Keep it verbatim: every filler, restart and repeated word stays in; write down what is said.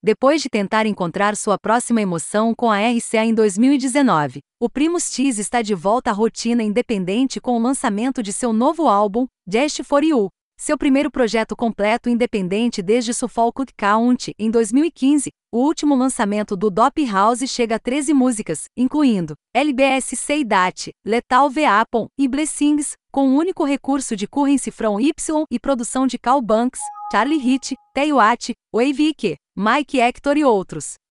Depois de tentar encontrar sua próxima emoção com a R C A em dois mil e dezenove, o Primus Tease está de volta à rotina independente com o lançamento de seu novo álbum, Just For You, seu primeiro projeto completo independente desde Suffolk County, em dois mil e quinze. O último lançamento do Dope House chega a treze músicas, incluindo L B S Say That, Lethal Weapon e Blessings, com um único recurso de Currency From Y e produção de Cal Banks, Charlie Hit, Teiwat, Wavy Ike, Mike Hector e outros.